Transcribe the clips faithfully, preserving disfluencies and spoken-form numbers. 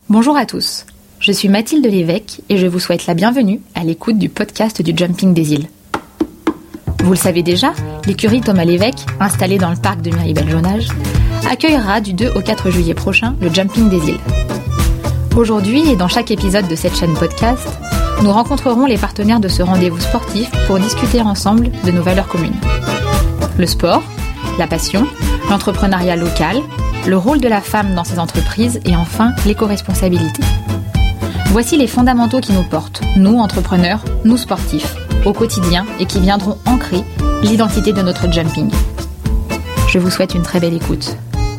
Bonjour à tous, je suis Mathilde Lévesque et je vous souhaite la bienvenue à l'écoute du podcast du Jumping des Îles. Vous le savez déjà, l'écurie Thomas Lévesque, installée dans le parc de Miribel-Jonage, accueillera du deux au quatre juillet prochain le Jumping des Îles. Aujourd'hui et dans chaque épisode de cette chaîne podcast, nous rencontrerons les partenaires de ce rendez-vous sportif pour discuter ensemble de nos valeurs communes. Le sport, la passion, l'entrepreneuriat local, le rôle de la femme dans ces entreprises et enfin l'éco-responsabilité. Voici les fondamentaux qui nous portent, nous entrepreneurs, nous sportifs, au quotidien et qui viendront ancrer l'identité de notre jumping. Je vous souhaite une très belle écoute.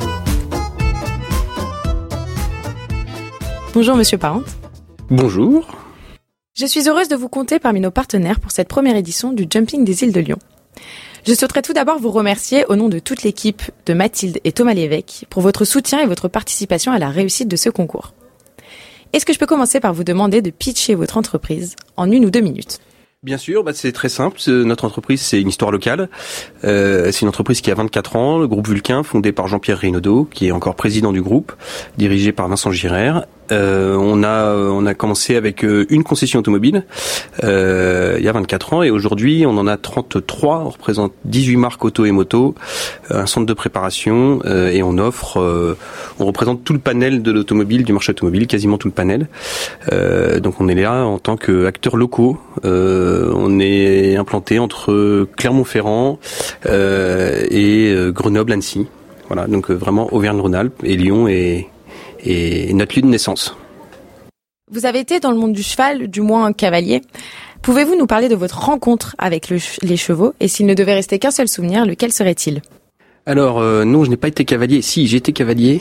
Bonjour Monsieur Parente. Bonjour. Je suis heureuse de vous compter parmi nos partenaires pour cette première édition du Jumping des Îles de Lyon. Je souhaiterais tout d'abord vous remercier au nom de toute l'équipe de Mathilde et Thomas Lévesque pour votre soutien et votre participation à la réussite de ce concours. Est-ce que je peux commencer par vous demander de pitcher votre entreprise en une ou deux minutes ? Bien sûr, bah c'est très simple. Notre entreprise, c'est une histoire locale. Euh, c'est une entreprise qui a vingt-quatre ans, le groupe Vulcain, fondé par Jean-Pierre Reynaudot, qui est encore président du groupe, dirigé par Vincent Girard. Euh, on a on a commencé avec une concession automobile euh, il y a vingt-quatre ans et aujourd'hui on en a trente-trois. On représente dix-huit marques auto et moto, un centre de préparation euh, et on offre, euh, on représente tout le panel de l'automobile, du marché automobile, quasiment tout le panel. Euh, donc on est là en tant qu'acteurs locaux. Euh, on est implanté entre Clermont-Ferrand euh, et Grenoble-Annecy. Voilà, donc vraiment Auvergne-Rhône-Alpes et Lyon et et notre lieu de naissance. Vous avez été dans le monde du cheval, du moins un cavalier. Pouvez-vous nous parler de votre rencontre avec le, les chevaux et s'il ne devait rester qu'un seul souvenir, lequel serait-il ? Alors euh, non, je n'ai pas été cavalier. Si, j'ai été cavalier.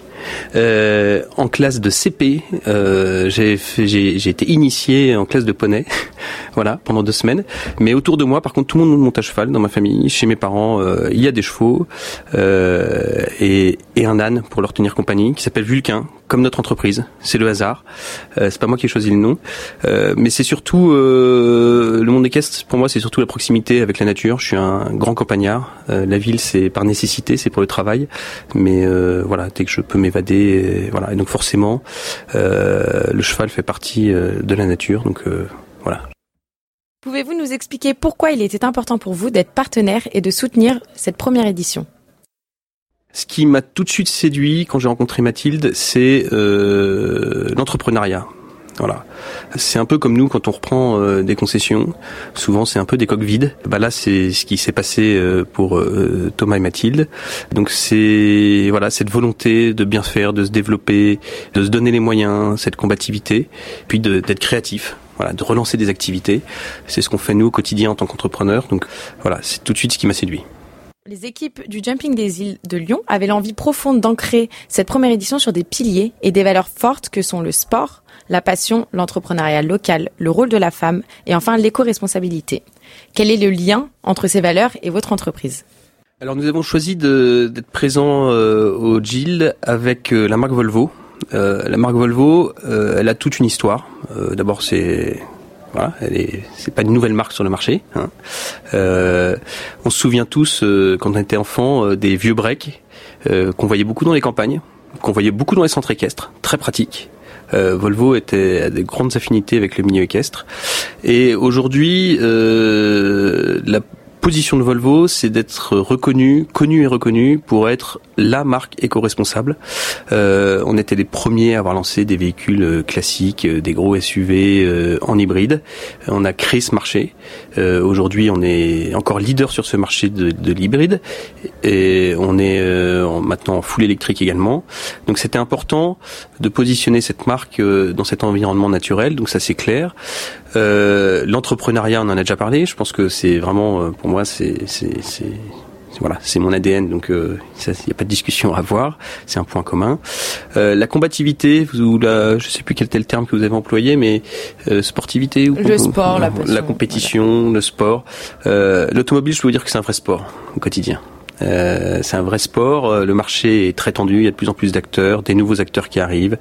Euh, en classe de C P, euh, j'ai, fait, j'ai, j'ai été initié en classe de poney, voilà, pendant deux semaines. Mais autour de moi, par contre, tout le monde monte à cheval dans ma famille. Chez mes parents, euh, il y a des chevaux euh, et, et un âne pour leur tenir compagnie, qui s'appelle Vulcain, comme notre entreprise. C'est le hasard. Euh, c'est pas moi qui ai choisi le nom, euh, mais c'est surtout euh, le monde équestre. Pour moi, c'est surtout la proximité avec la nature. Je suis un grand campagnard. Euh, la ville, c'est par nécessité, c'est pour le travail, mais euh, voilà, dès que je peux m'évader. Et voilà, et donc forcément, euh, le cheval fait partie euh, de la nature, donc euh, voilà. Pouvez-vous nous expliquer pourquoi il était important pour vous d'être partenaire et de soutenir cette première édition ? Ce qui m'a tout de suite séduit quand j'ai rencontré Mathilde, c'est euh, l'entrepreneuriat. Voilà, c'est un peu comme nous quand on reprend euh, des concessions. Souvent, c'est un peu des coques vides. Bah là, c'est ce qui s'est passé euh, pour euh, Thomas et Mathilde. Donc, c'est voilà cette volonté de bien faire, de se développer, de se donner les moyens, cette combativité, puis de, d'être créatif. Voilà, de relancer des activités. C'est ce qu'on fait nous au quotidien en tant qu'entrepreneurs. Donc, voilà, c'est tout de suite ce qui m'a séduit. Les équipes du Jumping des Îles de Lyon avaient l'envie profonde d'ancrer cette première édition sur des piliers et des valeurs fortes que sont le sport, la passion, l'entrepreneuriat local, le rôle de la femme et enfin l'éco-responsabilité. Quel est le lien entre ces valeurs et votre entreprise ? Alors nous avons choisi de, d'être présents euh, au G I L avec euh, la marque Volvo. Euh, la marque Volvo, euh, elle a toute une histoire. Euh, d'abord c'est... Voilà, elle est, c'est pas une nouvelle marque sur le marché. Hein. Euh, on se souvient tous, euh, quand on était enfant, euh, des vieux breaks euh, qu'on voyait beaucoup dans les campagnes, qu'on voyait beaucoup dans les centres équestres, très pratiques. Euh, Volvo était à de grandes affinités avec le milieu équestre. Et aujourd'hui, euh, la position de Volvo, c'est d'être reconnu, connu et reconnu pour être la marque éco-responsable. Euh, on était les premiers à avoir lancé des véhicules classiques, des gros S U V euh, en hybride. On a créé ce marché. Euh, aujourd'hui, on est encore leader sur ce marché de, de l'hybride et on est euh, maintenant en full électrique également. Donc c'était important de positionner cette marque euh, dans cet environnement naturel. Donc ça c'est clair. Euh, l'entrepreneuriat, on en a déjà parlé. Je pense que c'est vraiment, pour moi, c'est, c'est, c'est, voilà, c'est mon A D N. Donc, il euh, n'y a pas de discussion à avoir. C'est un point commun. Euh, la combativité, ou la, je sais plus quel était le terme que vous avez employé, mais euh, sportivité ou le sport, la passion, la compétition, voilà. Le sport. Euh, l'automobile, je peux vous dire que c'est un vrai sport au quotidien. Euh, c'est un vrai sport. Le marché est très tendu. Il y a de plus en plus d'acteurs, des nouveaux acteurs qui arrivent.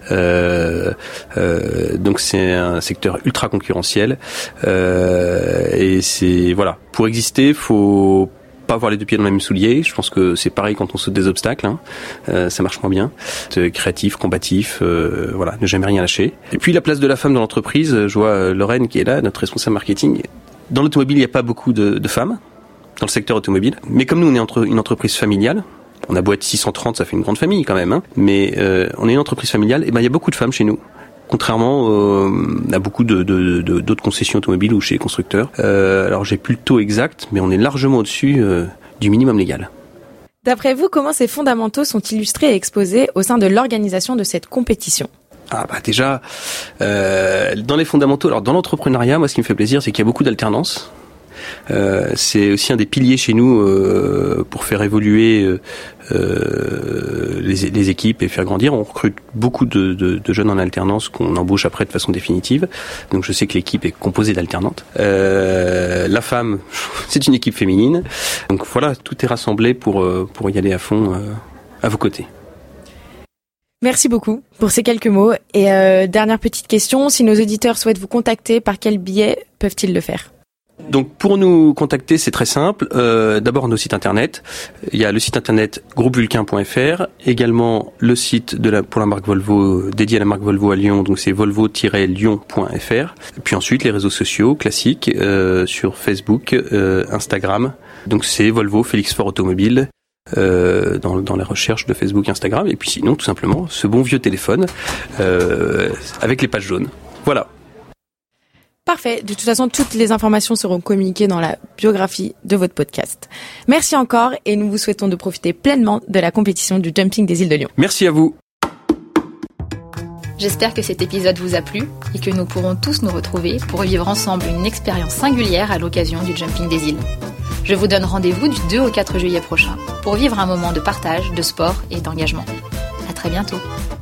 Euh, euh, donc c'est un secteur ultra concurrentiel. Euh, et c'est voilà. Pour exister, faut pas avoir les deux pieds dans le même soulier. Je pense que c'est pareil quand on saute des obstacles. Hein. Euh, ça marche moins bien. Être créatif, combatif, euh, voilà, ne jamais rien lâcher. Et puis la place de la femme dans l'entreprise. Je vois Lorraine qui est là, notre responsable marketing. Dans l'automobile, il n'y a pas beaucoup de, de femmes dans le secteur automobile. Mais comme nous, on est entre, une entreprise familiale. On a beau être six cent trente, ça fait une grande famille quand même. Hein. Mais euh, on est une entreprise familiale. Et ben il y a beaucoup de femmes chez nous. Contrairement euh, à beaucoup de, de, de, d'autres concessions automobiles ou chez les constructeurs. Euh, alors j'ai plus le taux exact, mais on est largement au-dessus euh, du minimum légal. D'après vous, comment ces fondamentaux sont illustrés et exposés au sein de l'organisation de cette compétition ? Ah bah déjà, euh, dans les fondamentaux, alors dans l'entrepreneuriat, moi ce qui me fait plaisir, c'est qu'il y a beaucoup d'alternance. Euh, c'est aussi un des piliers chez nous euh, pour faire évoluer euh, les, les équipes et faire grandir. On recrute beaucoup de, de, de jeunes en alternance qu'on embauche après de façon définitive. Donc je sais que l'équipe est composée d'alternantes. Euh, la femme, c'est une équipe féminine. Donc voilà, tout est rassemblé pour, pour y aller à fond euh, à vos côtés. Merci beaucoup pour ces quelques mots. Et euh, dernière petite question, si nos auditeurs souhaitent vous contacter, par quel biais peuvent-ils le faire ? Donc pour nous contacter, c'est très simple. Euh, d'abord nos sites internet. Il y a le site internet groupe vulcain point f r, également le site de la pour la marque Volvo dédié à la marque Volvo à Lyon. Donc c'est volvo tiret lyon point f r. Puis ensuite les réseaux sociaux classiques euh, sur Facebook, euh, Instagram. Donc c'est Volvo Félix Faure Automobile. Euh, dans, dans la recherche de Facebook, Instagram, et puis sinon tout simplement ce bon vieux téléphone euh, avec les pages jaunes. Voilà. Parfait. De toute façon, toutes les informations seront communiquées dans la biographie de votre podcast. Merci encore et nous vous souhaitons de profiter pleinement de la compétition du Jumping des Îles de Lyon. Merci à vous. J'espère que cet épisode vous a plu et que nous pourrons tous nous retrouver pour vivre ensemble une expérience singulière à l'occasion du Jumping des Îles. Je vous donne rendez-vous du deux au quatre juillet prochain pour vivre un moment de partage, de sport et d'engagement. À très bientôt.